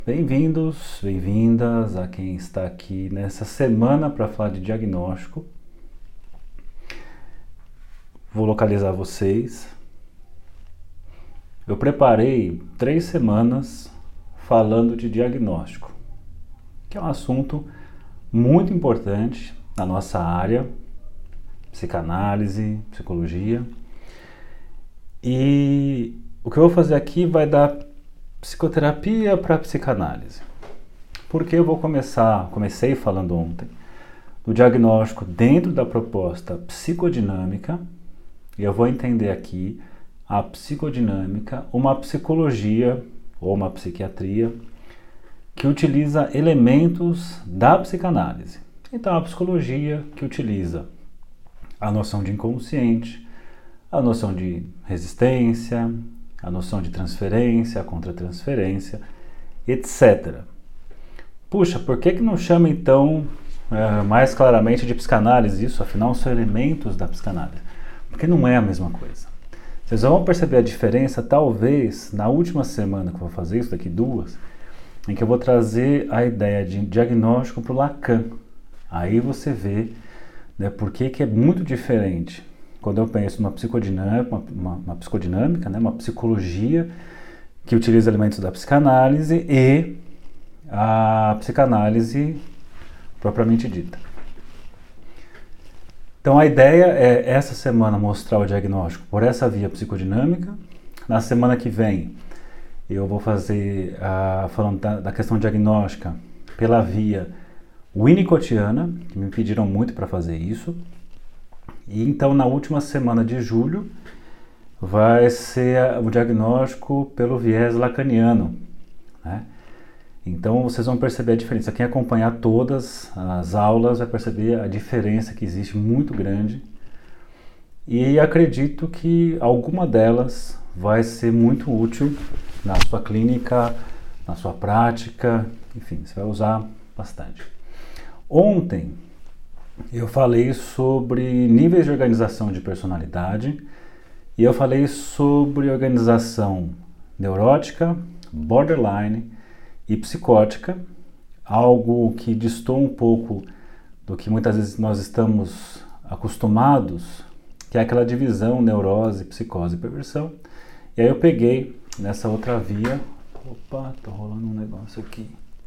Bem-vindos, bem-vindas a quem está aqui nessa semana para falar de diagnóstico. Vou localizar vocês. Eu preparei 3 semanas falando de diagnóstico, que é um assunto muito importante na nossa área, psicanálise, psicologia. E o que eu vou fazer aqui vai dar psicoterapia para psicanálise. Porque eu comecei falando ontem do diagnóstico dentro da proposta psicodinâmica, e eu vou entender aqui a psicodinâmica, uma psicologia ou uma psiquiatria que utiliza elementos da psicanálise. Então, a psicologia que utiliza a noção de inconsciente, a noção de resistência, a noção de transferência, contra-transferência, etc. Puxa, por que não chama então mais claramente de psicanálise isso? Afinal, são elementos da psicanálise. Porque não é a mesma coisa. Vocês vão perceber a diferença, talvez, na última semana que eu vou fazer isso, daqui 2, em que eu vou trazer a ideia de diagnóstico para o Lacan. Aí você vê, né, por que é muito diferente quando eu penso numa psicodinâmica, uma psicodinâmica, né, uma psicologia que utiliza elementos da psicanálise e a psicanálise propriamente dita. Então a ideia é essa semana mostrar o diagnóstico por essa via psicodinâmica. Na semana que vem eu vou fazer, falando da questão diagnóstica, pela via winnicottiana, que me pediram muito para fazer isso. E então na última semana de julho vai ser o diagnóstico pelo viés lacaniano, né? Então vocês vão perceber a diferença. Quem acompanhar todas as aulas vai perceber a diferença que existe muito grande. E acredito que alguma delas vai ser muito útil na sua clínica, na sua prática, enfim, você vai usar bastante. Ontem eu falei sobre níveis de organização de personalidade e eu falei sobre organização neurótica, borderline e psicótica, algo que distou um pouco do que muitas vezes nós estamos acostumados, que é aquela divisão neurose, psicose e perversão. E aí eu peguei nessa outra via, opa, tá rolando um negócio aqui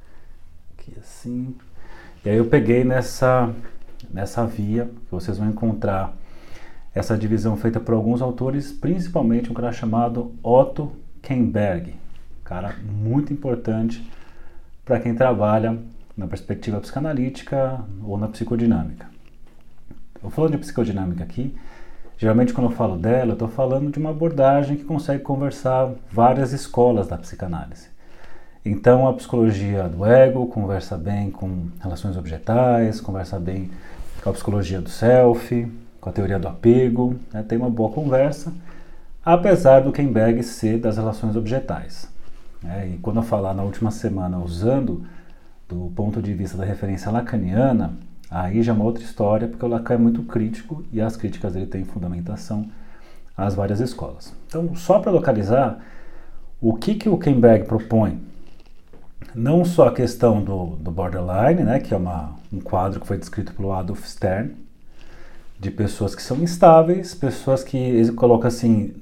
assim, e aí eu peguei nessa via, que vocês vão encontrar essa divisão feita por alguns autores, principalmente um cara chamado Otto Kemberg, cara muito importante para quem trabalha na perspectiva psicanalítica ou na psicodinâmica. Eu falando de psicodinâmica aqui, geralmente quando eu falo dela, eu estou falando de uma abordagem que consegue conversar várias escolas da psicanálise. Então a psicologia do ego conversa bem com relações objetais, conversa bem com a psicologia do self, com a teoria do apego, né? Tem uma boa conversa, apesar do Kemberg ser das relações objetais. E quando eu falar na última semana usando do ponto de vista da referência lacaniana, aí já é uma outra história, porque o Lacan é muito crítico e as críticas dele têm fundamentação às várias escolas. Então, só para localizar, o que o Kemberg propõe? Não só a questão do borderline, né, que é um quadro que foi descrito pelo Adolf Stern, de pessoas que são instáveis, pessoas que ele coloca assim,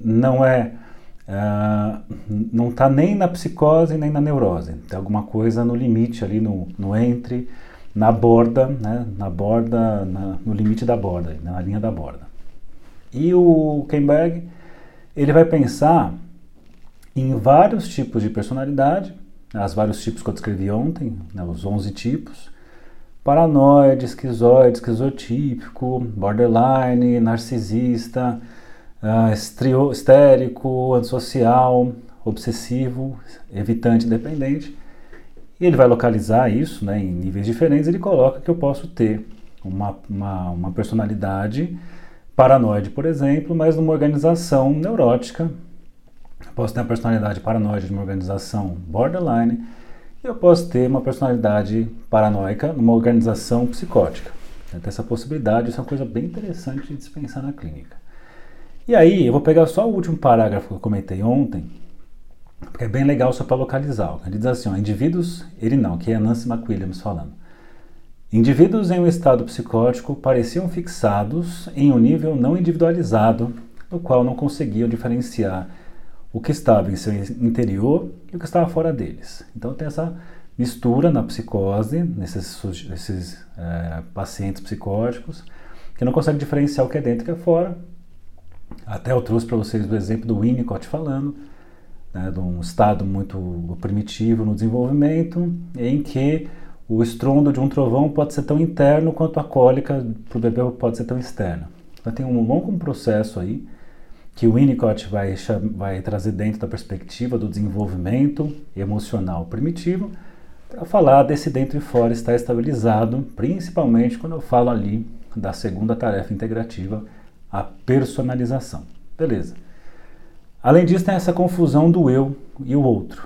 não está nem na psicose nem na neurose, tem alguma coisa no limite ali, no entre, na borda, né, no limite da borda, na linha da borda. E o Kemberg, ele vai pensar em vários tipos de personalidade, os vários tipos que eu descrevi ontem, né, os 11 tipos: paranoide, esquizoide, esquizotípico, borderline, narcisista, histérico, antissocial, obsessivo, evitante, dependente. E ele vai localizar isso, né, em níveis diferentes. Ele coloca que eu posso ter uma personalidade paranoide, por exemplo, mas numa organização neurótica. Eu posso ter uma personalidade paranoide numa organização borderline, e eu posso ter uma personalidade paranoica numa organização psicótica. Tem essa possibilidade, isso é uma coisa bem interessante de se pensar na clínica. E aí, eu vou pegar só o último parágrafo que eu comentei ontem, porque é bem legal só para localizar. Ele diz assim, ó, indivíduos, ele não, que é Nancy McWilliams falando. Indivíduos em um estado psicótico pareciam fixados em um nível não individualizado, no qual não conseguiam diferenciar o que estava em seu interior e o que estava fora deles. Então tem essa mistura na psicose, nesses pacientes psicóticos, que não conseguem diferenciar o que é dentro e o que é fora. Até eu trouxe para vocês o exemplo do Winnicott falando, né, de um estado muito primitivo no desenvolvimento, em que o estrondo de um trovão pode ser tão interno quanto a cólica para o bebê pode ser tão externa. Então tem um longo processo aí que o Winnicott vai trazer dentro da perspectiva do desenvolvimento emocional primitivo para falar desse dentro e fora estar estabilizado, principalmente quando eu falo ali da segunda tarefa integrativa, a personalização. Beleza. Além disso, tem essa confusão do eu e o outro.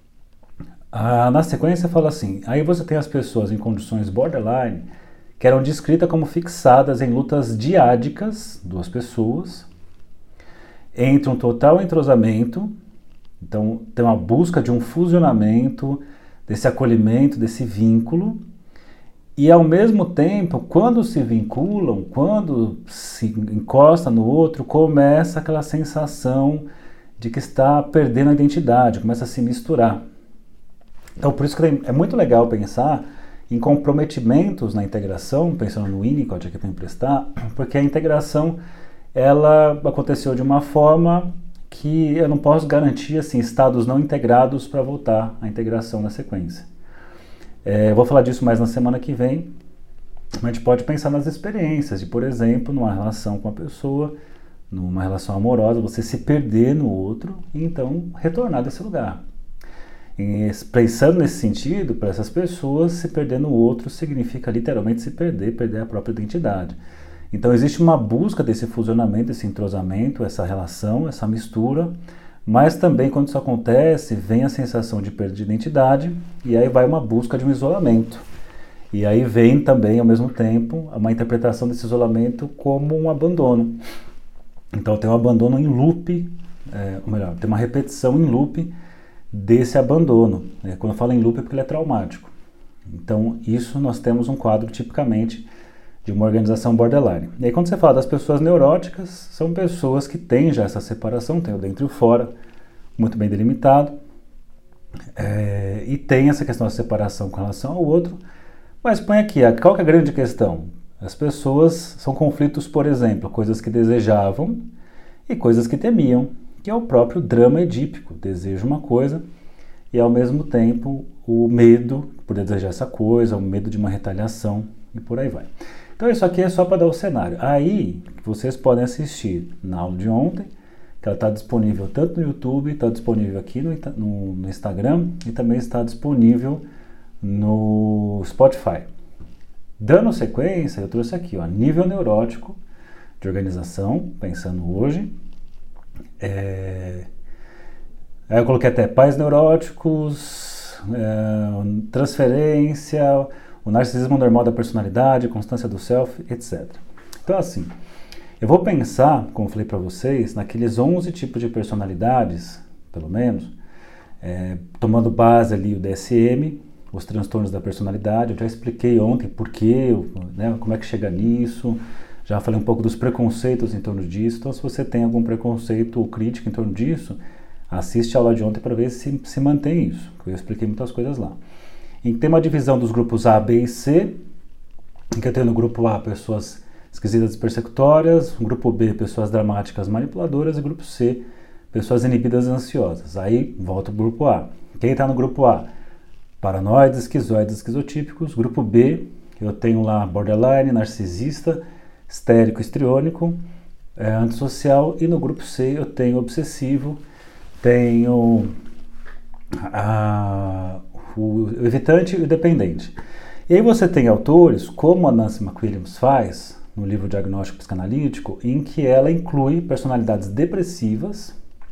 Na sequência fala assim, aí você tem as pessoas em condições borderline que eram descritas como fixadas em lutas diádicas, duas pessoas, entre um total entrosamento, então tem uma busca de um fusionamento, desse acolhimento, desse vínculo, e ao mesmo tempo, quando se vinculam, quando se encosta no outro, começa aquela sensação de que está perdendo a identidade, começa a se misturar. Então por isso que é muito legal pensar em comprometimentos na integração, pensando no Winnicott aqui para emprestar, porque a integração ela aconteceu de uma forma que eu não posso garantir assim, estados não integrados para voltar à integração na sequência. Eu vou falar disso mais na semana que vem, mas a gente pode pensar nas experiências de, por exemplo, numa relação com a pessoa, numa relação amorosa, você se perder no outro e então retornar desse lugar. E pensando nesse sentido, para essas pessoas, se perder no outro significa literalmente se perder, perder a própria identidade. Então existe uma busca desse fusionamento, desse entrosamento, essa relação, essa mistura, mas também quando isso acontece, vem a sensação de perda de identidade e aí vai uma busca de um isolamento. E aí vem também, ao mesmo tempo, uma interpretação desse isolamento como um abandono. Então tem um abandono em loop, ou melhor, tem uma repetição em loop desse abandono. Quando eu falo em loop é porque ele é traumático. Então isso nós temos um quadro tipicamente de uma organização borderline. E aí quando você fala das pessoas neuróticas, são pessoas que têm já essa separação, tem o dentro e o fora, muito bem delimitado, e tem essa questão da separação com relação ao outro, mas põe aqui, qual que é a grande questão? As pessoas são conflitos, por exemplo, coisas que desejavam e coisas que temiam, que é o próprio drama edípico, desejo uma coisa e ao mesmo tempo o medo por desejar essa coisa, o medo de uma retaliação e por aí vai. Então isso aqui é só para dar o cenário. Aí vocês podem assistir na aula de ontem, que ela está disponível tanto no YouTube, está disponível aqui no Instagram e também está disponível no Spotify. Dando sequência, eu trouxe aqui, ó, nível neurótico de organização, pensando hoje. Aí eu coloquei até pais neuróticos, transferência, o narcisismo normal da personalidade, constância do self, etc. Então assim, eu vou pensar, como eu falei para vocês, naqueles 11 tipos de personalidades, pelo menos, tomando base ali o DSM, os transtornos da personalidade. Eu já expliquei ontem por quê, né, como é que chega nisso, já falei um pouco dos preconceitos em torno disso. Então se você tem algum preconceito ou crítica em torno disso, assiste a aula de ontem para ver se mantém isso, porque eu expliquei muitas coisas lá. E tem uma divisão dos grupos A, B e C, em que eu tenho no grupo A pessoas esquisitas e persecutórias, no grupo B pessoas dramáticas manipuladoras e grupo C pessoas inibidas e ansiosas. Aí volta o grupo A. Quem está no grupo A? Paranoides, esquizoides, esquizotípicos. Grupo B, eu tenho lá borderline, narcisista, histérico, histriônico, antissocial. E no grupo C eu tenho obsessivo, tenho o evitante e o dependente. E aí você tem autores, como a Nancy McWilliams faz, no livro Diagnóstico Psicanalítico, em que ela inclui personalidades depressivas,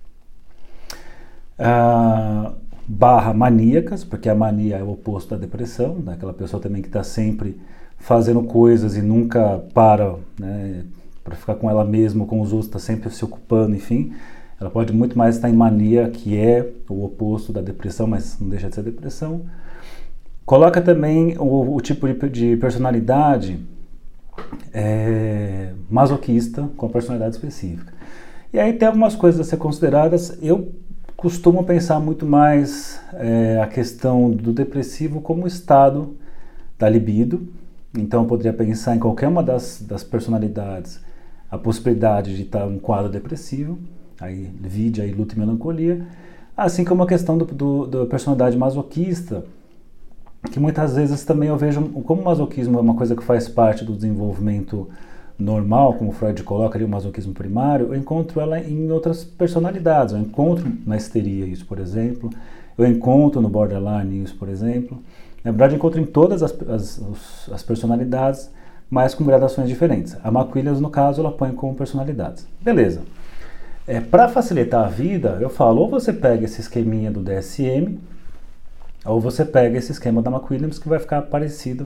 barra maníacas, porque a mania é o oposto da depressão, né? Aquela pessoa também que está sempre fazendo coisas e nunca para, né, para ficar com ela mesma, com os outros, está sempre se ocupando, enfim. ela pode muito mais estar em mania, que é o oposto da depressão, mas não deixa de ser depressão. Coloca também o tipo de personalidade masoquista, com a personalidade específica. E aí tem algumas coisas a ser consideradas. Eu costumo pensar muito mais a questão do depressivo como estado da libido. Então eu poderia pensar em qualquer uma das personalidades a possibilidade de estar um quadro depressivo, aí vide aí luta e melancolia, assim como a questão da personalidade masoquista, que muitas vezes também eu vejo, como o masoquismo é uma coisa que faz parte do desenvolvimento normal, como Freud coloca ali o masoquismo primário, eu encontro ela em outras personalidades. Eu encontro na histeria isso, por exemplo, eu encontro no borderline isso, por exemplo. Na verdade, eu encontro em todas as personalidades, mas com gradações diferentes. A McWilliams, no caso, ela põe como personalidades. Beleza. Para facilitar a vida, eu falo, ou você pega esse esqueminha do DSM, ou você pega esse esquema da McWilliams, que vai ficar parecido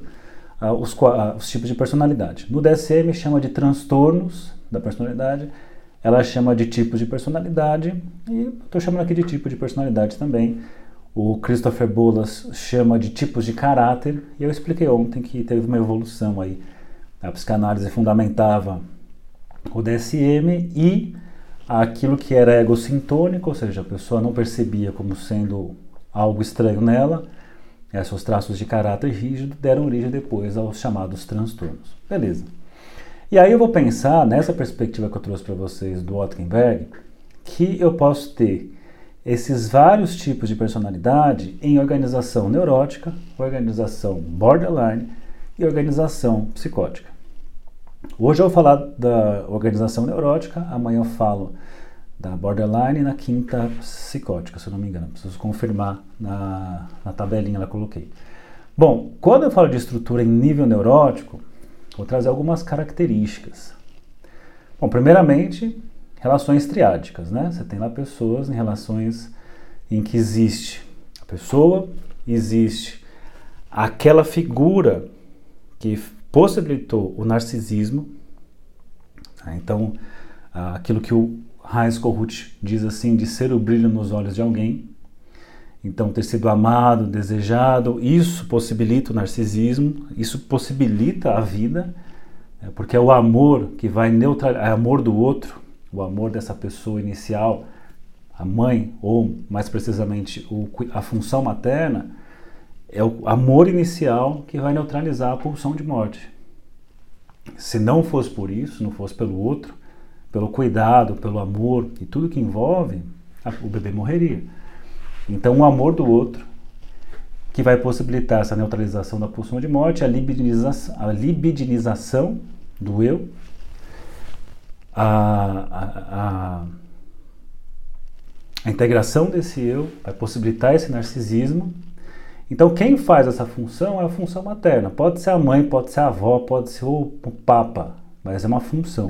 os tipos de personalidade. No DSM chama de transtornos da personalidade, ela chama de tipos de personalidade, e estou chamando aqui de tipo de personalidade também. O Christopher Bolas chama de tipos de caráter, e eu expliquei ontem que teve uma evolução aí. A psicanálise fundamentava o DSM e aquilo que era egocintônico, ou seja, a pessoa não percebia como sendo algo estranho nela, esses traços de caráter rígido deram origem depois aos chamados transtornos. Beleza. E aí eu vou pensar, nessa perspectiva que eu trouxe para vocês do Otkenberg, que eu posso ter esses vários tipos de personalidade em organização neurótica, organização borderline e organização psicótica. Hoje eu vou falar da organização neurótica, amanhã eu falo da borderline e na quinta psicótica, se eu não me engano. Preciso confirmar na tabelinha que eu coloquei. Bom, quando eu falo de estrutura em nível neurótico, vou trazer algumas características. Bom, primeiramente, relações triádicas, né? Você tem lá pessoas em relações em que existe a pessoa, existe aquela figura que possibilitou o narcisismo. Então, aquilo que o Heinz Kohut diz assim, de ser o brilho nos olhos de alguém. Então, ter sido amado, desejado, isso possibilita o narcisismo, isso possibilita a vida, porque é o amor que vai neutralizar, é o amor do outro, o amor dessa pessoa inicial, a mãe, ou mais precisamente a função materna, é o amor inicial que vai neutralizar a pulsão de morte. Se não fosse por isso, não fosse pelo outro, pelo cuidado, pelo amor e tudo que envolve, o bebê morreria. Então o amor do outro que vai possibilitar essa neutralização da pulsão de morte, a libidinização do eu, a integração desse eu, vai possibilitar esse narcisismo. Então quem faz essa função é a função materna. Pode ser a mãe, pode ser a avó, pode ser o papa, mas é uma função.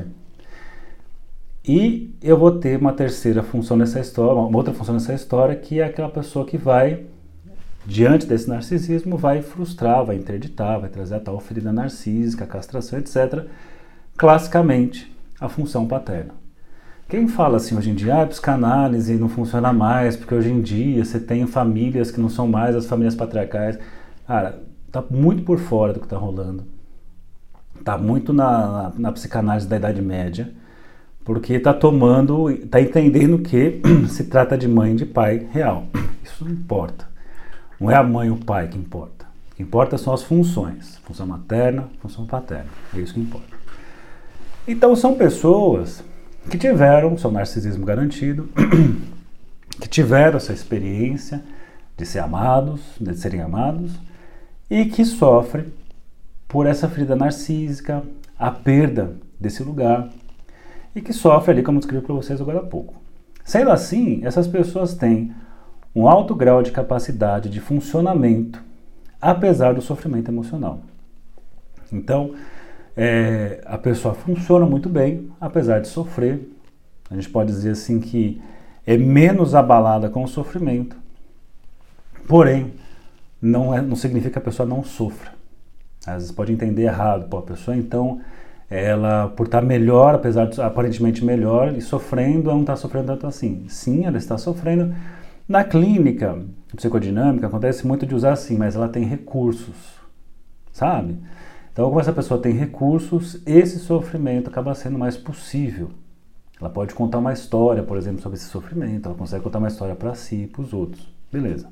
E eu vou ter uma terceira função nessa história, uma outra função nessa história, que é aquela pessoa que vai, diante desse narcisismo, vai frustrar, vai interditar, vai trazer a tal ferida narcísica, a castração, etc. Classicamente, a função paterna. Quem fala assim hoje em dia, a psicanálise não funciona mais, porque hoje em dia você tem famílias que não são mais as famílias patriarcais. Cara, tá muito por fora do que tá rolando. Tá muito na psicanálise da Idade Média, porque tá entendendo que se trata de mãe e de pai real. Isso não importa. Não é a mãe e o pai que importa. O que importa são as funções. Função materna, função paterna. É isso que importa. Então são pessoas que tiveram seu narcisismo garantido, que tiveram essa experiência de ser amados, de serem amados, e que sofrem por essa ferida narcísica, a perda desse lugar, e que sofrem ali, como eu descrevi para vocês agora há pouco. Sendo assim, essas pessoas têm um alto grau de capacidade de funcionamento, apesar do sofrimento emocional. Então, a pessoa funciona muito bem, apesar de sofrer. A gente pode dizer assim que é menos abalada com o sofrimento, porém, não significa que a pessoa não sofra. Às vezes pode entender errado, a pessoa então ela, por estar melhor, apesar de aparentemente melhor, e sofrendo, ela não está sofrendo tanto assim. Sim, ela está sofrendo. Na clínica psicodinâmica, acontece muito de usar assim, mas ela tem recursos, sabe? Então, como essa pessoa tem recursos, esse sofrimento acaba sendo mais possível. Ela pode contar uma história, por exemplo, sobre esse sofrimento, ela consegue contar uma história para si e para os outros. Beleza.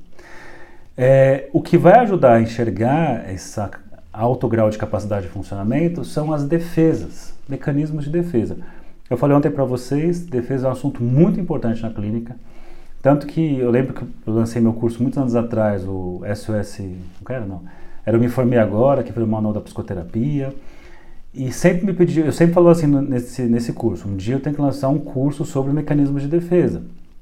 O que vai ajudar a enxergar esse alto grau de capacidade de funcionamento são as defesas, mecanismos de defesa. Eu falei ontem para vocês, defesa é um assunto muito importante na clínica, tanto que eu lembro que eu lancei meu curso muitos anos atrás, o SOS, era o Me Informei Agora, que foi o manual da psicoterapia, e sempre me pediu, eu sempre falo assim nesse curso, um dia eu tenho que lançar um curso sobre mecanismos de defesa,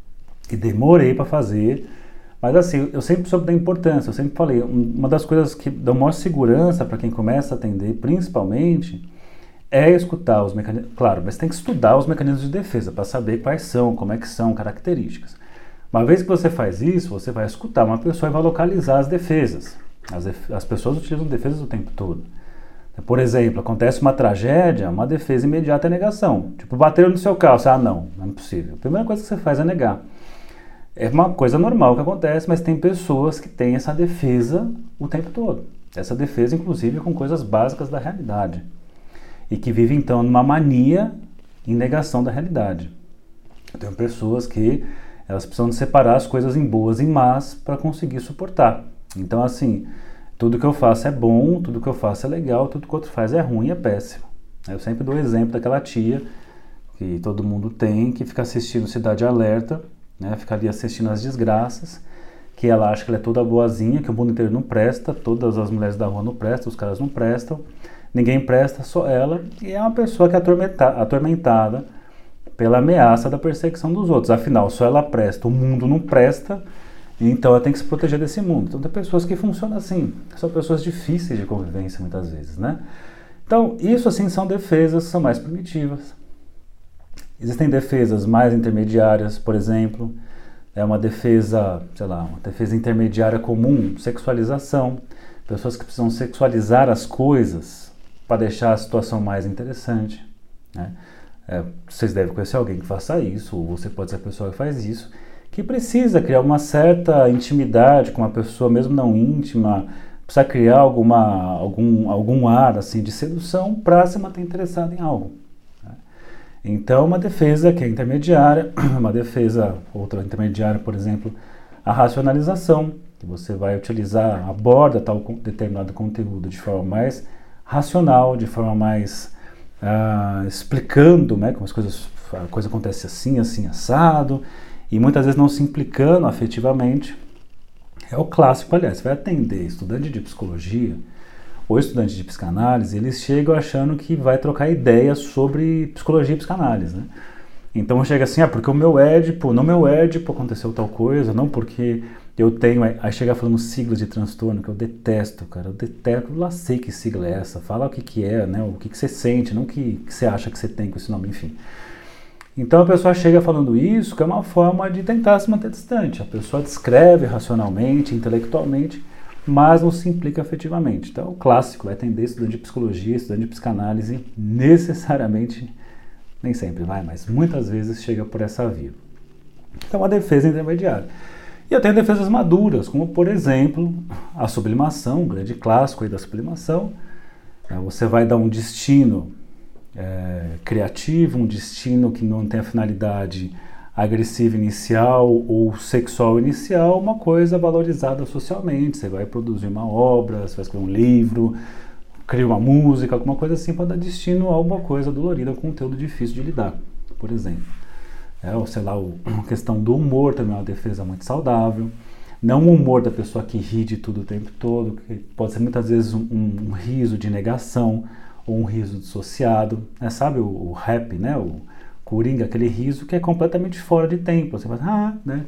e demorei para fazer. Mas assim, eu sempre soube da importância, eu sempre falei, uma das coisas que dão maior segurança para quem começa a atender, principalmente, é escutar os mecanismos. Claro, mas tem que estudar os mecanismos de defesa para saber quais são, como é que são, características. Uma vez que você faz isso, você vai escutar uma pessoa e vai localizar as defesas. As pessoas utilizam defesas o tempo todo. Por exemplo, acontece uma tragédia, uma defesa imediata é negação. Tipo, bateram no seu carro, você, não é possível. A primeira coisa que você faz é negar. É uma coisa normal que acontece, mas tem pessoas que têm essa defesa o tempo todo. Essa defesa, inclusive, com coisas básicas da realidade. E que vivem, então, numa mania em negação da realidade. Eu tenho pessoas que elas precisam separar as coisas em boas e más para conseguir suportar. Então, assim, tudo que eu faço é bom, tudo que eu faço é legal, tudo que o outro faz é ruim, é péssimo. Eu sempre dou o exemplo daquela tia que todo mundo tem, que fica assistindo Cidade Alerta, fica ali assistindo as desgraças, que ela acha que ela é toda boazinha, que o mundo inteiro não presta, todas as mulheres da rua não prestam, os caras não prestam, ninguém presta, só ela, e é uma pessoa que é atormentada pela ameaça da perseguição dos outros. Afinal, só ela presta, o mundo não presta, então ela tem que se proteger desse mundo. Então tem pessoas que funcionam assim, são pessoas difíceis de convivência muitas vezes, né? Então, isso assim são defesas, são mais primitivas. Existem defesas mais intermediárias, por exemplo, uma defesa, uma defesa intermediária comum, sexualização. Pessoas que precisam sexualizar as coisas para deixar a situação mais interessante. Né? Vocês devem conhecer alguém que faça isso, ou você pode ser a pessoa que faz isso, que precisa criar uma certa intimidade com uma pessoa, mesmo não íntima, precisa criar algum ar assim, de sedução para se manter interessado em algo. Então, uma defesa que é intermediária, outra intermediária, por exemplo, a racionalização, que você vai utilizar, aborda tal determinado conteúdo de forma mais racional, de forma mais explicando, como a coisa acontece assim, assim, assado, e muitas vezes não se implicando afetivamente. É o clássico, aliás, você vai atender estudante de psicologia, ou estudante de psicanálise, eles chegam achando que vai trocar ideias sobre psicologia e psicanálise, né? Então chega assim, porque o meu Édipo, no meu Édipo aconteceu tal coisa, não porque eu tenho, aí chega falando siglas de transtorno, que eu detesto, cara, eu lá sei que sigla é essa, fala o que é, né, o que você sente, não o que você acha que você tem com esse nome, enfim. Então a pessoa chega falando isso, que é uma forma de tentar se manter distante, a pessoa descreve racionalmente, intelectualmente, mas não se implica afetivamente. Então, o clássico é atender estudante de psicologia, estudante de psicanálise, necessariamente, nem sempre vai, mas muitas vezes chega por essa via. Então, a defesa intermediária. E eu tenho defesas maduras, como, por exemplo, a sublimação, um grande clássico aí da sublimação. Você vai dar um destino criativo, um destino que não tem a finalidade agressiva inicial ou sexual inicial, uma coisa valorizada socialmente. Você vai produzir uma obra, você vai escrever um livro, cria uma música, alguma coisa assim para dar destino a alguma coisa dolorida, um conteúdo difícil de lidar, por exemplo. Ou sei lá, a questão do humor também é uma defesa muito saudável. Não o humor da pessoa que ri de tudo o tempo todo, que pode ser muitas vezes um riso de negação ou um riso dissociado. Sabe o rap, né? O Coringa, aquele riso que é completamente fora de tempo. Você fala, né?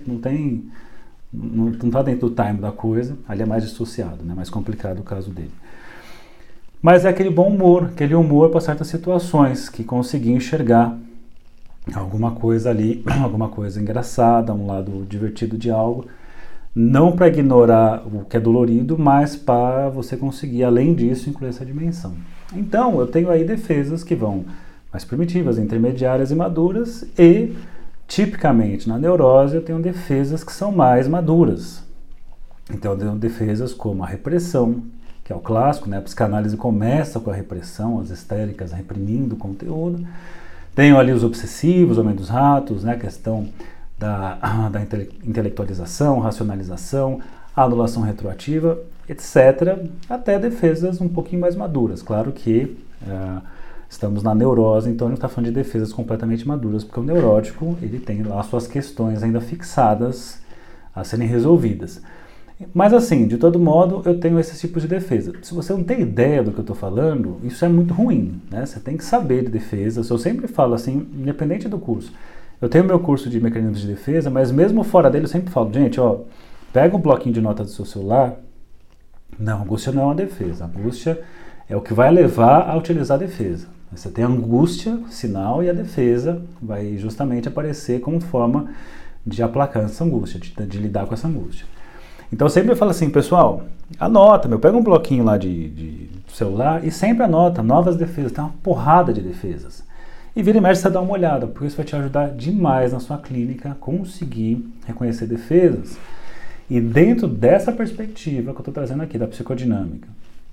Não está dentro do time da coisa, ali é mais dissociado, né? Mais complicado o caso dele. Mas é aquele bom humor, aquele humor para certas situações, que conseguir enxergar alguma coisa ali, alguma coisa engraçada, um lado divertido de algo, não para ignorar o que é dolorido, mas para você conseguir, além disso, incluir essa dimensão. Então, eu tenho aí defesas que vão mais primitivas, intermediárias e maduras, e, tipicamente, na neurose, eu tenho defesas que são mais maduras. Então, eu tenho defesas como a repressão, que é o clássico, né? A psicanálise começa com a repressão, as histéricas reprimindo o conteúdo. Tenho ali os obsessivos, homem dos ratos, né? A questão da intelectualização, racionalização, anulação retroativa, etc., até defesas um pouquinho mais maduras. Claro que estamos na neurose, então a gente está falando de defesas completamente maduras, porque o neurótico ele tem lá suas questões ainda fixadas a serem resolvidas. Mas assim, de todo modo, eu tenho esses tipos de defesa. Se você não tem ideia do que eu estou falando, isso é muito ruim, né? Você tem que saber de defesas. Eu sempre falo assim, independente do curso. Eu tenho meu curso de mecanismos de defesa, mas mesmo fora dele eu sempre falo, gente, ó, pega um bloquinho de notas do seu celular. Não, angústia não é uma defesa. Angústia é o que vai levar a utilizar a defesa. Você tem a angústia, sinal, e a defesa vai justamente aparecer como forma de aplacar essa angústia, de lidar com essa angústia. Então eu sempre falo assim, pessoal, anota, pega um bloquinho lá de celular e sempre anota novas defesas, tem uma porrada de defesas. E vira e mexe você dá uma olhada, porque isso vai te ajudar demais na sua clínica a conseguir reconhecer defesas. E dentro dessa perspectiva que eu estou trazendo aqui, da psicodinâmica,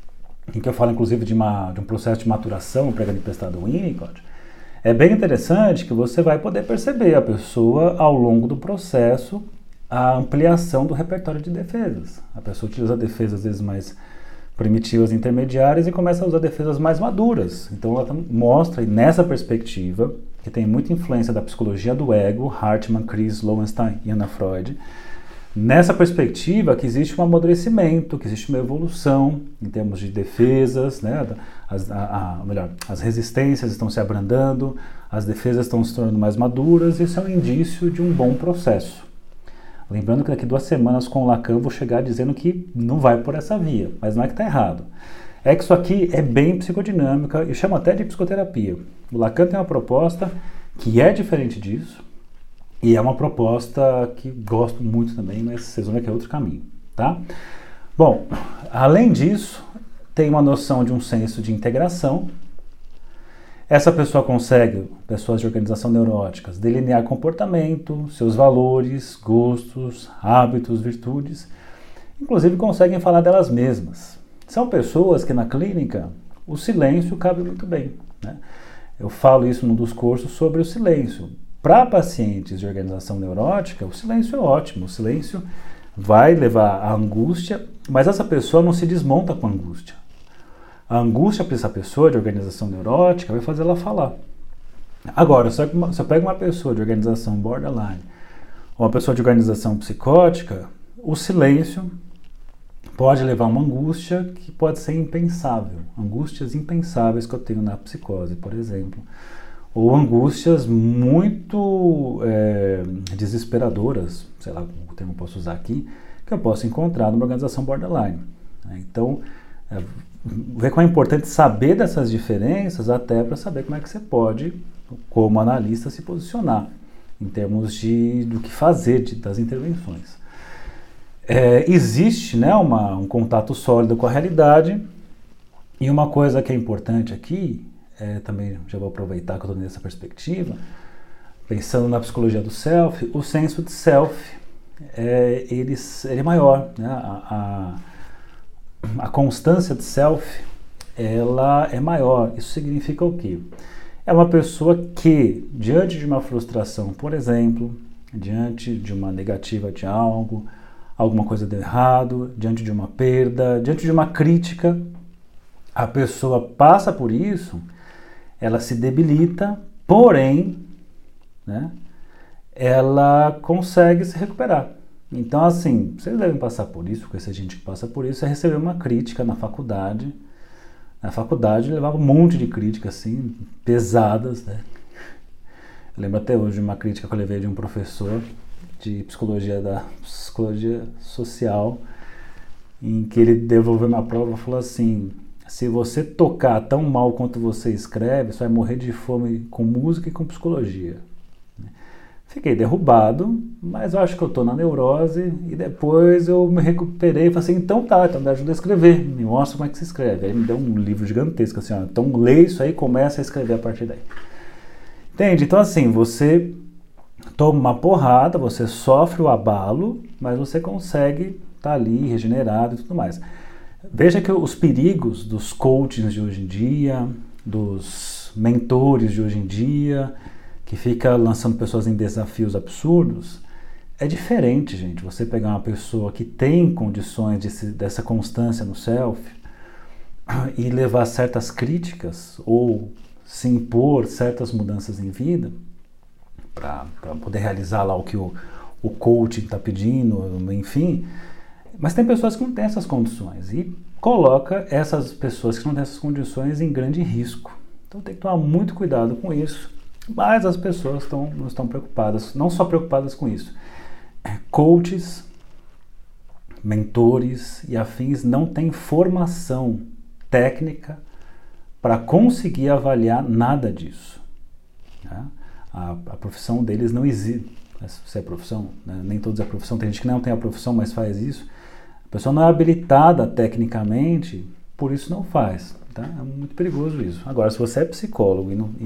em que eu falo inclusive de um processo de maturação pregado emprestado ao Winnicott, é bem interessante que você vai poder perceber a pessoa ao longo do processo a ampliação do repertório de defesas. A pessoa utiliza defesas às vezes mais primitivas, intermediárias e começa a usar defesas mais maduras. Então ela mostra, nessa perspectiva, que tem muita influência da psicologia do ego, Hartmann, Chris, Lowenstein e Anna Freud, nessa perspectiva que existe um amadurecimento, que existe uma evolução em termos de defesas, né? As resistências estão se abrandando, as defesas estão se tornando mais maduras, isso é um indício de um bom processo. Lembrando que daqui 2 semanas com o Lacan vou chegar dizendo que não vai por essa via, mas não é que está errado. É que isso aqui é bem psicodinâmica e chama até de psicoterapia. O Lacan tem uma proposta que é diferente disso e é uma proposta que gosto muito também, mas vocês vão ver que é outro caminho, tá? Bom, além disso, tem uma noção de um senso de integração. Essa pessoa consegue, pessoas de organização neuróticas, delinear comportamento, seus valores, gostos, hábitos, virtudes, inclusive conseguem falar delas mesmas. São pessoas que na clínica o silêncio cabe muito bem, né? Eu falo isso num dos cursos sobre o silêncio. Para pacientes de organização neurótica, o silêncio é ótimo, o silêncio vai levar à angústia, mas essa pessoa não se desmonta com a angústia. A angústia para essa pessoa de organização neurótica vai fazer ela falar. Agora, se eu pego uma pessoa de organização borderline ou uma pessoa de organização psicótica, o silêncio pode levar a uma angústia que pode ser impensável. Angústias impensáveis que eu tenho na psicose, por exemplo. Ou angústias muito desesperadoras, sei lá o termo eu posso usar aqui, que eu posso encontrar numa organização borderline. Então, ver como é importante saber dessas diferenças até para saber como é que você pode, como analista, se posicionar em termos do que fazer das intervenções. Existe, né, um contato sólido com a realidade e uma coisa que é importante aqui, também já vou aproveitar que eu estou nessa perspectiva, pensando na psicologia do self, o senso de self ele é maior, né? A constância de self, ela é maior. Isso significa o quê? É uma pessoa que, diante de uma frustração, por exemplo, diante de uma negativa de algo, alguma coisa deu errado, diante de uma perda, diante de uma crítica, a pessoa passa por isso, ela se debilita, porém, né, ela consegue se recuperar. Então, assim, vocês devem passar por isso, porque essa gente que passa por isso é receber uma crítica na faculdade. Na faculdade eu levava um monte de críticas, assim, pesadas, né? Eu lembro até hoje de uma crítica que eu levei de um professor de psicologia social, em que ele devolveu uma prova e falou assim: se você tocar tão mal quanto você escreve, você vai morrer de fome com música e com psicologia. Fiquei derrubado, mas eu acho que eu estou na neurose e depois eu me recuperei e falei assim, então tá, então me ajuda a escrever, me mostra como é que se escreve. Aí me deu um livro gigantesco assim, ó, então lê isso aí e começa a escrever a partir daí. Entende? Então assim, você toma uma porrada, você sofre o abalo, mas você consegue estar ali regenerado e tudo mais. Veja que os perigos dos coachings de hoje em dia, dos mentores de hoje em dia, que fica lançando pessoas em desafios absurdos, é diferente, gente. Você pegar uma pessoa que tem condições dessa constância no self e levar certas críticas ou se impor certas mudanças em vida para poder realizar lá o que o coaching está pedindo, enfim. Mas tem pessoas que não têm essas condições e coloca essas pessoas que não têm essas condições em grande risco. Então tem que tomar muito cuidado com isso. Mas as pessoas não estão preocupadas, não só preocupadas com isso. Coaches, mentores e afins não têm formação técnica para conseguir avaliar nada disso. Né? A profissão deles não existe. Se é profissão, né? Nem todos é profissão, tem gente que não tem a profissão, mas faz isso. A pessoa não é habilitada tecnicamente, por isso não faz. Tá? É muito perigoso isso. Agora, se você é psicólogo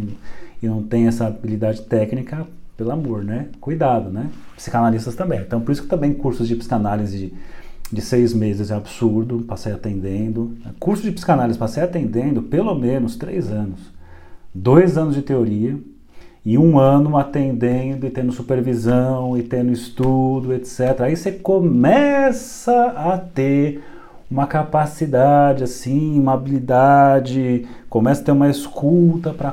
e não tem essa habilidade técnica, pelo amor, né? Cuidado, né? Psicanalistas também. Então, por isso que também cursos de psicanálise de 6 meses é absurdo, passei atendendo. Curso de psicanálise, passei atendendo pelo menos 3 anos. 2 anos de teoria e 1 ano atendendo e tendo supervisão e tendo estudo, etc. Aí você começa a ter uma capacidade, assim, uma habilidade, começa a ter uma escuta para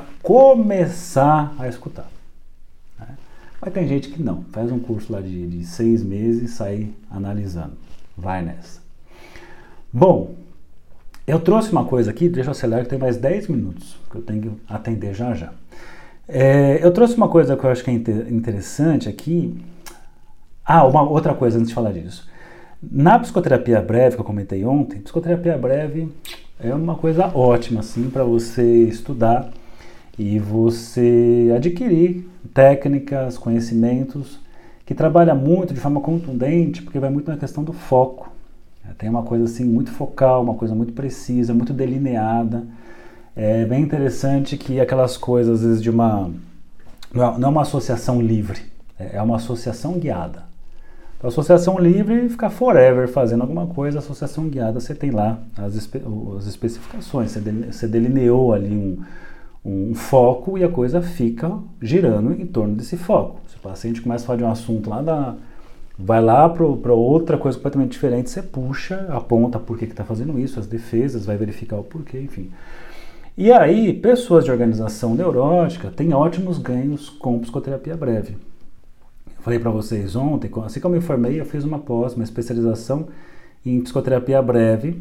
começar a escutar. Né? Mas tem gente que não, faz um curso lá de 6 meses e sai analisando. Vai nessa. Bom, eu trouxe uma coisa aqui, deixa eu acelerar que tem mais 10 minutos, que eu tenho que atender já já. Eu trouxe uma coisa que eu acho que é interessante aqui. Uma outra coisa antes de falar disso. Na psicoterapia breve que eu comentei ontem, psicoterapia breve é uma coisa ótima assim para você estudar e você adquirir técnicas, conhecimentos, que trabalha muito de forma contundente, porque vai muito na questão do foco. Tem uma coisa assim muito focal, uma coisa muito precisa, muito delineada. É bem interessante que aquelas coisas, às vezes, não é uma associação livre, é uma associação guiada. A associação livre fica forever fazendo alguma coisa, a associação guiada você tem lá as especificações, você delineou ali um foco e a coisa fica girando em torno desse foco. Se o paciente começa a falar de um assunto lá, vai lá para outra coisa completamente diferente, você puxa, aponta por que está fazendo isso, as defesas, vai verificar o porquê, enfim. E aí, pessoas de organização neurótica têm ótimos ganhos com psicoterapia breve. Falei para vocês ontem, assim que eu me formei, eu fiz uma especialização em psicoterapia breve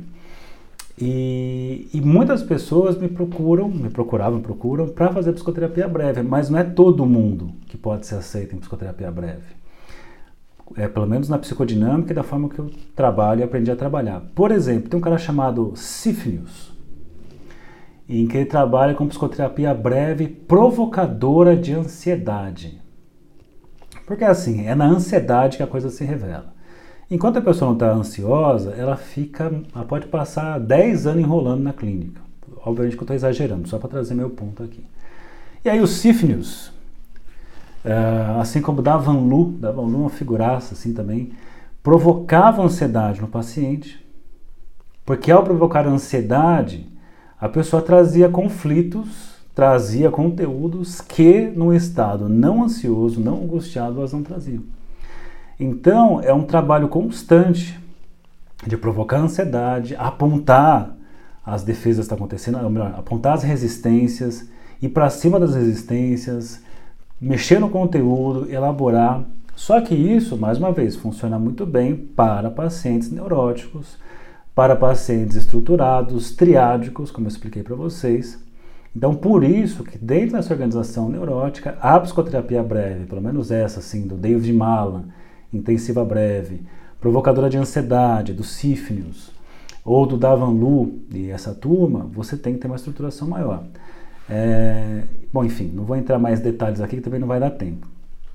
e muitas pessoas me procuram para fazer psicoterapia breve, mas não é todo mundo que pode ser aceito em psicoterapia breve. Pelo menos na psicodinâmica e da forma que eu trabalho e aprendi a trabalhar. Por exemplo, tem um cara chamado Sífios, em que ele trabalha com psicoterapia breve provocadora de ansiedade. Porque assim, é na ansiedade que a coisa se revela. Enquanto a pessoa não está ansiosa, ela pode passar 10 anos enrolando na clínica. Obviamente que eu estou exagerando, só para trazer meu ponto aqui. E aí o Sífios, assim como Davan Lu é uma figuraça assim também, provocava ansiedade no paciente, porque ao provocar ansiedade, a pessoa trazia conflitos, trazia conteúdos que, num estado não ansioso, não angustiado, elas não traziam. Então, é um trabalho constante de provocar ansiedade, apontar as defesas que estão acontecendo, ou melhor, apontar as resistências, ir para cima das resistências, mexer no conteúdo, elaborar. Só que isso, mais uma vez, funciona muito bem para pacientes neuróticos, para pacientes estruturados, triádicos, como eu expliquei para vocês. Então, por isso que dentro dessa organização neurótica, a psicoterapia breve, pelo menos essa, assim, do David Malan, intensiva breve, provocadora de ansiedade, do Sífios, ou do Davan Lu e essa turma, você tem que ter uma estruturação maior. Bom, enfim, não vou entrar mais detalhes aqui, que também não vai dar tempo.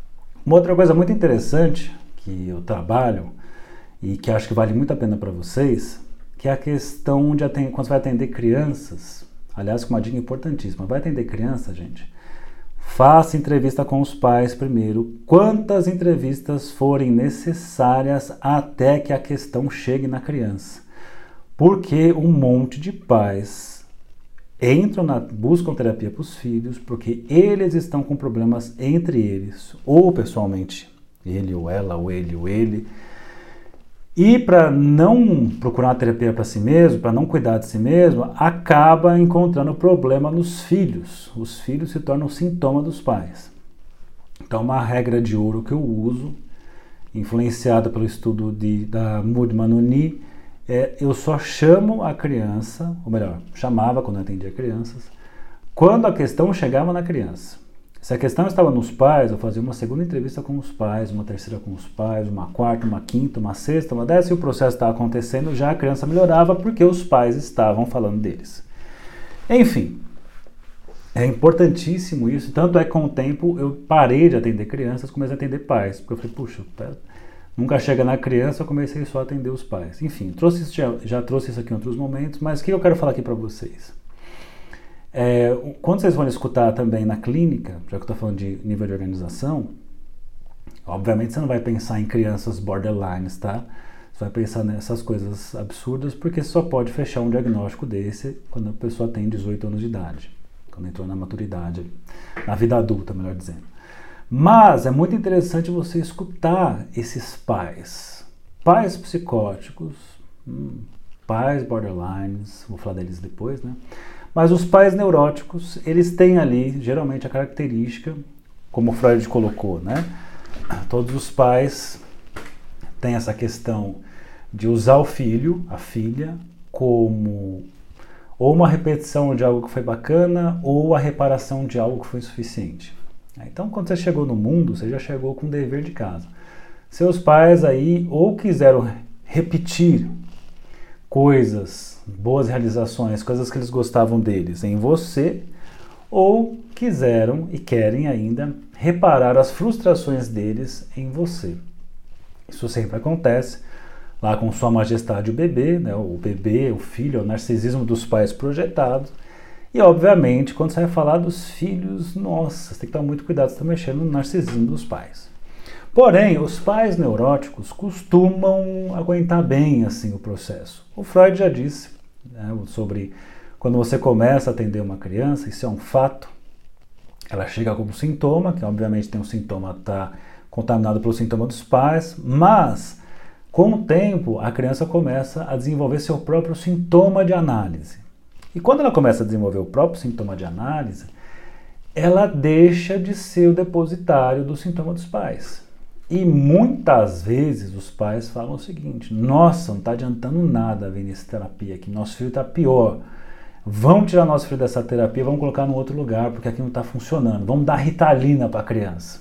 Uma outra coisa muito interessante que eu trabalho e que acho que vale muito a pena para vocês, que é a questão de quando você vai atender crianças, aliás, com uma dica importantíssima, vai atender criança, gente, faça entrevista com os pais primeiro, quantas entrevistas forem necessárias até que a questão chegue na criança. Porque um monte de pais buscam terapia para os filhos, porque eles estão com problemas entre eles, ou pessoalmente, ele ou ela, ou ele ou ele. E para não procurar uma terapia para si mesmo, para não cuidar de si mesmo, acaba encontrando problema nos filhos. Os filhos se tornam sintoma dos pais. Então, uma regra de ouro que eu uso, influenciada pelo estudo da Mood Manoni, eu só chamo a criança, ou melhor, chamava quando eu atendia crianças, quando a questão chegava na criança. Se a questão estava nos pais, eu fazia uma segunda entrevista com os pais, uma terceira com os pais, uma quarta, uma quinta, uma sexta, uma décima, e o processo estava acontecendo, já a criança melhorava porque os pais estavam falando deles. Enfim, é importantíssimo isso, tanto é que com o tempo eu parei de atender crianças, comecei a atender pais, porque eu falei, puxa, nunca chega na criança, eu comecei só a atender os pais. Enfim, já trouxe isso aqui em outros momentos, mas o que eu quero falar aqui para vocês? Quando vocês forem escutar também na clínica, já que eu estou falando de nível de organização, obviamente você não vai pensar em crianças borderlines, tá? Você vai pensar nessas coisas absurdas, porque só pode fechar um diagnóstico desse quando a pessoa tem 18 anos de idade, quando entrou na maturidade, na vida adulta, melhor dizendo. Mas é muito interessante você escutar esses pais psicóticos, pais borderlines, vou falar deles depois, né? Mas os pais neuróticos, eles têm ali, geralmente, a característica, como Freud colocou, né? Todos os pais têm essa questão de usar o filho, a filha, como ou uma repetição de algo que foi bacana, ou a reparação de algo que foi insuficiente. Então, quando você chegou no mundo, você já chegou com um dever de casa. Seus pais aí ou quiseram repetir coisas, boas realizações, coisas que eles gostavam deles em você, ou quiseram e querem ainda reparar as frustrações deles em você. Isso sempre acontece lá com Sua Majestade o bebê, né? O bebê, o filho, o narcisismo dos pais projetados. E, obviamente, quando você vai falar dos filhos, nossa, você tem que tomar muito cuidado, você está mexendo no narcisismo dos pais. Porém, os pais neuróticos costumam aguentar bem assim o processo. O Freud já disse, né, sobre quando você começa a atender uma criança, isso é um fato, ela chega como sintoma, que obviamente tem um sintoma está contaminado pelo sintoma dos pais, mas com o tempo a criança começa a desenvolver seu próprio sintoma de análise. E quando ela começa a desenvolver o próprio sintoma de análise, ela deixa de ser o depositário do sintoma dos pais. E muitas vezes os pais falam o seguinte: nossa, não está adiantando nada vir nessa terapia aqui, nosso filho está pior. Vamos tirar nosso filho dessa terapia, vamos colocar em outro lugar, porque aqui não está funcionando. Vamos dar Ritalina para a criança.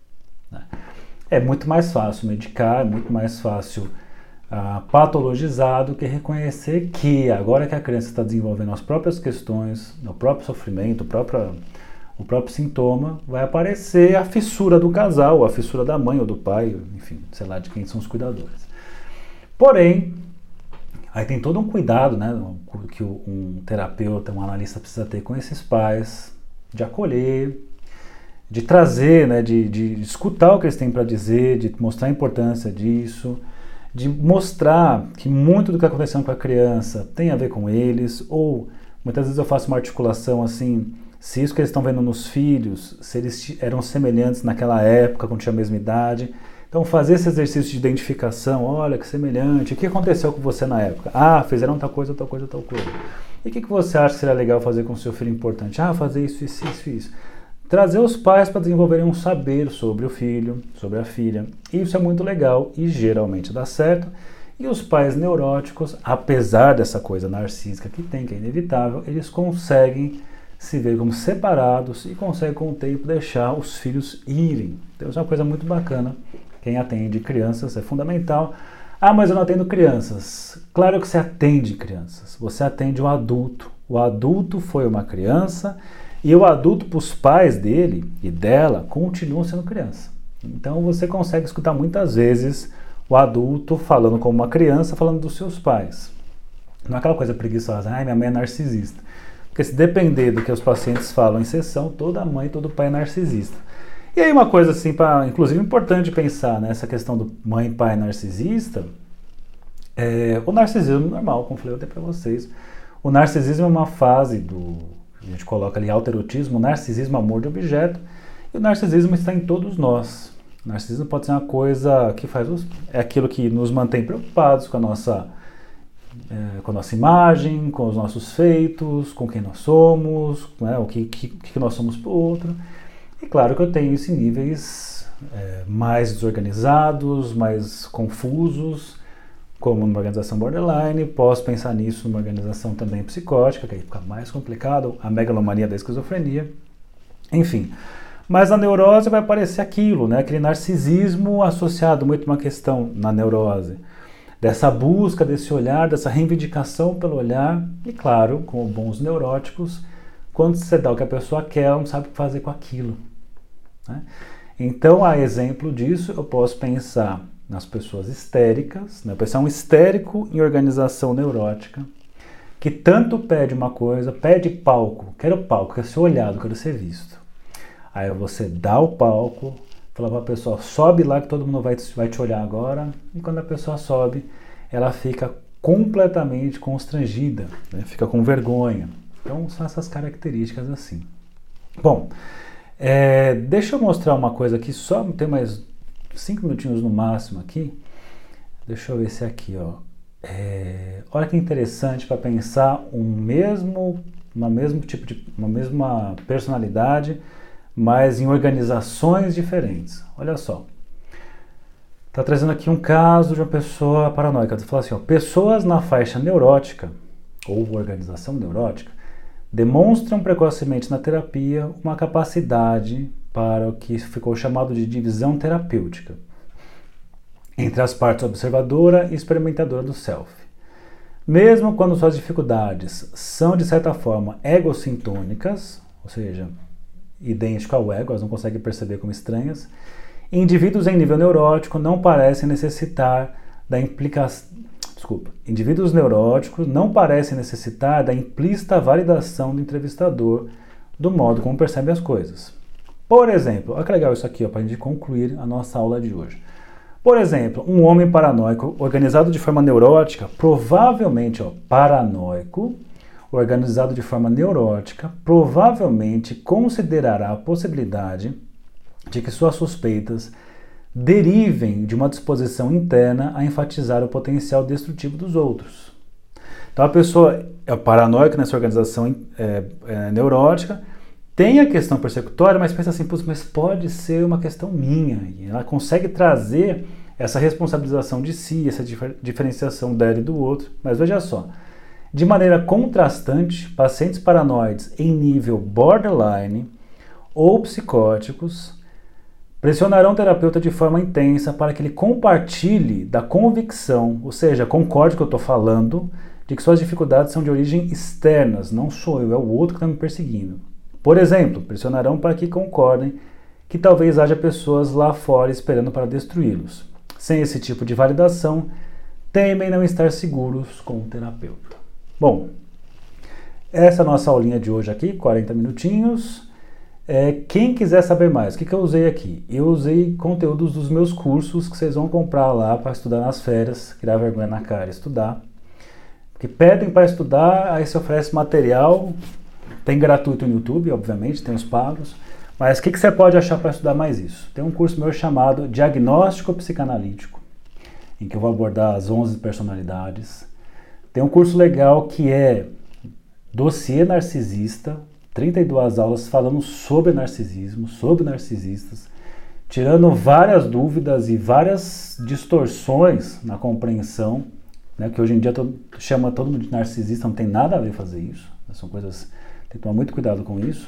É muito mais fácil medicar, é muito mais fácil patologizar do que reconhecer que agora que a criança está desenvolvendo as próprias questões, o próprio sofrimento, o próprio sintoma, vai aparecer a fissura do casal, a fissura da mãe ou do pai, enfim, sei lá de quem são os cuidadores. Porém, aí tem todo um cuidado, né, que um terapeuta, um analista precisa ter com esses pais, de acolher, de trazer, né, de escutar o que eles têm para dizer, de mostrar a importância disso, de mostrar que muito do que aconteceu com a criança tem a ver com eles, ou muitas vezes eu faço uma articulação assim, se isso que eles estão vendo nos filhos, se eles eram semelhantes naquela época, quando tinha a mesma idade. Então fazer esse exercício de identificação, olha que semelhante, o que aconteceu com você na época? Ah, fizeram tal coisa, tal coisa, tal coisa. E o que você acha que seria legal fazer com o seu filho importante? Ah, fazer isso, isso, isso, isso. Trazer os pais para desenvolverem um saber sobre o filho, sobre a filha. Isso é muito legal e geralmente dá certo. E os pais neuróticos, apesar dessa coisa narcísica que tem, que é inevitável, eles conseguem se ver como separados e conseguem com o tempo deixar os filhos irem. Então isso é uma coisa muito bacana. Quem atende crianças é fundamental. Ah, mas eu não atendo crianças. Claro que você atende crianças. Você atende o adulto. O adulto foi uma criança e o adulto, para os pais dele e dela, continua sendo criança. Então você consegue escutar muitas vezes o adulto falando como uma criança, falando dos seus pais. Não é aquela coisa preguiçosa, minha mãe é narcisista. Porque se depender do que os pacientes falam em sessão, toda mãe, todo pai é narcisista. E aí uma coisa assim, inclusive importante pensar nessa questão do mãe e pai narcisista, o narcisismo normal, como eu falei até para vocês. O narcisismo é uma fase a gente coloca ali autoerotismo, narcisismo, amor de objeto, e o narcisismo está em todos nós. O narcisismo pode ser uma coisa que é aquilo que nos mantém preocupados com a nossa imagem, com os nossos feitos, com quem nós somos, né, o que nós somos para o outro. E claro que eu tenho isso em níveis mais desorganizados, mais confusos, como numa organização borderline. Posso pensar nisso numa organização também psicótica, que aí fica mais complicado, a megalomania da esquizofrenia, enfim. Mas a neurose vai aparecer aquilo, né? Aquele narcisismo associado muito a uma questão na neurose, dessa busca, desse olhar, dessa reivindicação pelo olhar, e claro, como bons neuróticos, quando você dá o que a pessoa quer, ela não sabe o que fazer com aquilo, né? Então, a exemplo disso, eu posso pensar nas pessoas histéricas, né? Pensar um histérico em organização neurótica, que tanto pede uma coisa, pede palco, quero ser olhado, quero ser visto. Aí você dá o palco, fala para a pessoa, sobe lá que todo mundo vai te olhar agora, e quando a pessoa sobe, ela fica completamente constrangida, né? Fica com vergonha. Então são essas características assim. Bom, deixa eu mostrar uma coisa aqui, só tem mais 5 minutinhos no máximo aqui. Deixa eu ver se aqui, ó. Olha que interessante para pensar uma mesma personalidade, mas em organizações diferentes. Olha só. Está trazendo aqui um caso de uma pessoa paranoica. Ele fala assim, ó, pessoas na faixa neurótica, ou organização neurótica, demonstram precocemente na terapia uma capacidade para o que ficou chamado de divisão terapêutica entre as partes observadora e experimentadora do self. Mesmo quando suas dificuldades são, de certa forma, egocintônicas, ou seja, idêntico ao ego, elas não conseguem perceber como estranhas, indivíduos em nível neurótico não parecem necessitar da indivíduos neuróticos não parecem necessitar da implícita validação do entrevistador do modo como percebe as coisas. Por exemplo, olha que legal isso aqui, para a gente concluir a nossa aula de hoje. Por exemplo, um homem paranoico organizado de forma neurótica, provavelmente, paranoico, organizado de forma neurótica, provavelmente considerará a possibilidade de que suas suspeitas derivem de uma disposição interna a enfatizar o potencial destrutivo dos outros. Então a pessoa é paranoica nessa organização neurótica, tem a questão persecutória, mas pensa assim, mas pode ser uma questão minha. E ela consegue trazer essa responsabilização de si, essa diferenciação dela e do outro. Mas veja só, de maneira contrastante, pacientes paranoides em nível borderline ou psicóticos pressionarão o terapeuta de forma intensa para que ele compartilhe da convicção, ou seja, concorde com o que eu estou falando, de que suas dificuldades são de origem externas, não sou eu, é o outro que está me perseguindo. Por exemplo, pressionarão para que concordem que talvez haja pessoas lá fora esperando para destruí-los. Sem esse tipo de validação, temem não estar seguros com o terapeuta. Bom, essa é a nossa aulinha de hoje aqui, 40 minutinhos. Quem quiser saber mais, o que eu usei aqui? Eu usei conteúdos dos meus cursos que vocês vão comprar lá para estudar nas férias, que dá vergonha na cara estudar. Porque pedem para estudar, aí se oferece material, tem gratuito no YouTube, obviamente, tem os pagos. Mas o que você pode achar para estudar mais isso? Tem um curso meu chamado Diagnóstico Psicanalítico, em que eu vou abordar as 11 personalidades. Tem um curso legal que é Dossiê Narcisista, 32 aulas falando sobre narcisismo, sobre narcisistas, tirando várias dúvidas e várias distorções na compreensão, né, que hoje em dia chama todo mundo de narcisista, não tem nada a ver fazer isso, são coisas, tem que tomar muito cuidado com isso.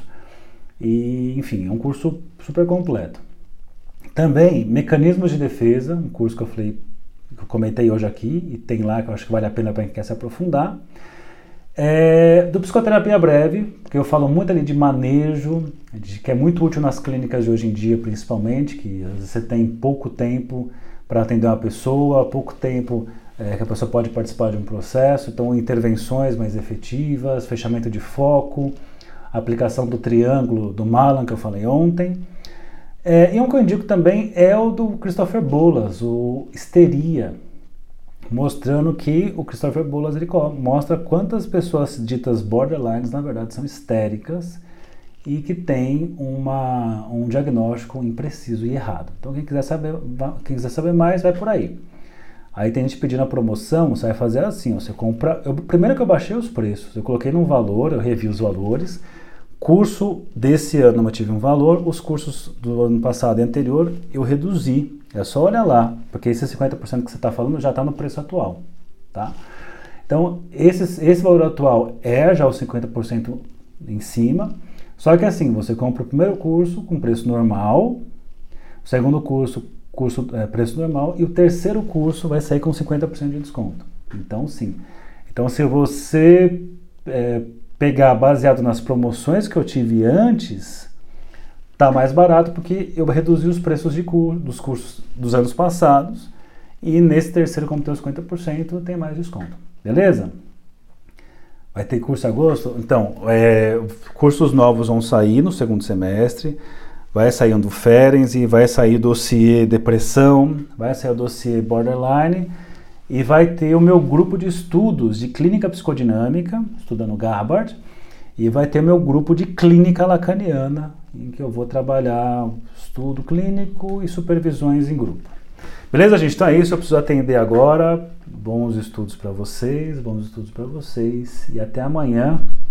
E, enfim, é um curso super completo. Também, Mecanismos de Defesa, um curso que eu comentei hoje aqui, e tem lá que eu acho que vale a pena para quem quer se aprofundar. Do psicoterapia breve, porque eu falo muito ali de manejo, que é muito útil nas clínicas de hoje em dia, principalmente, que às vezes você tem pouco tempo para atender uma pessoa, pouco tempo que a pessoa pode participar de um processo, então intervenções mais efetivas, fechamento de foco, aplicação do triângulo do Malan, que eu falei ontem. E um que eu indico também é o do Christopher Bolas, o Histeria, mostrando que o Christopher Bolas ele mostra quantas pessoas ditas borderlines na verdade são histéricas e que têm um diagnóstico impreciso e errado. Então quem quiser saber mais, vai por aí. Aí tem gente pedindo a promoção, você vai fazer assim, você compra... primeiro que eu baixei os preços, eu coloquei num valor, eu revi os valores, curso desse ano eu mantive um valor, os cursos do ano passado e anterior eu reduzi. É só olhar lá, porque esse 50% que você está falando já está no preço atual, tá? Então, esse valor atual é já os 50% em cima, só que assim, você compra o primeiro curso com preço normal, o segundo curso preço normal, e o terceiro curso vai sair com 50% de desconto. Então, sim. Então, se você pegar baseado nas promoções que eu tive antes, tá mais barato porque eu reduzi os preços dos cursos dos anos passados e nesse terceiro, como tem os 50%, tem mais desconto. Beleza? Vai ter curso em agosto? Então, cursos novos vão sair no segundo semestre, vai sair um do Ferenc, vai sair o dossiê Depressão, vai sair o dossiê Borderline e vai ter o meu grupo de estudos de clínica psicodinâmica, estudando Gabbard, e vai ter o meu grupo de clínica lacaniana, em que eu vou trabalhar estudo clínico e supervisões em grupo. Beleza, gente? Então é isso, eu preciso atender agora. Bons estudos para vocês e até amanhã.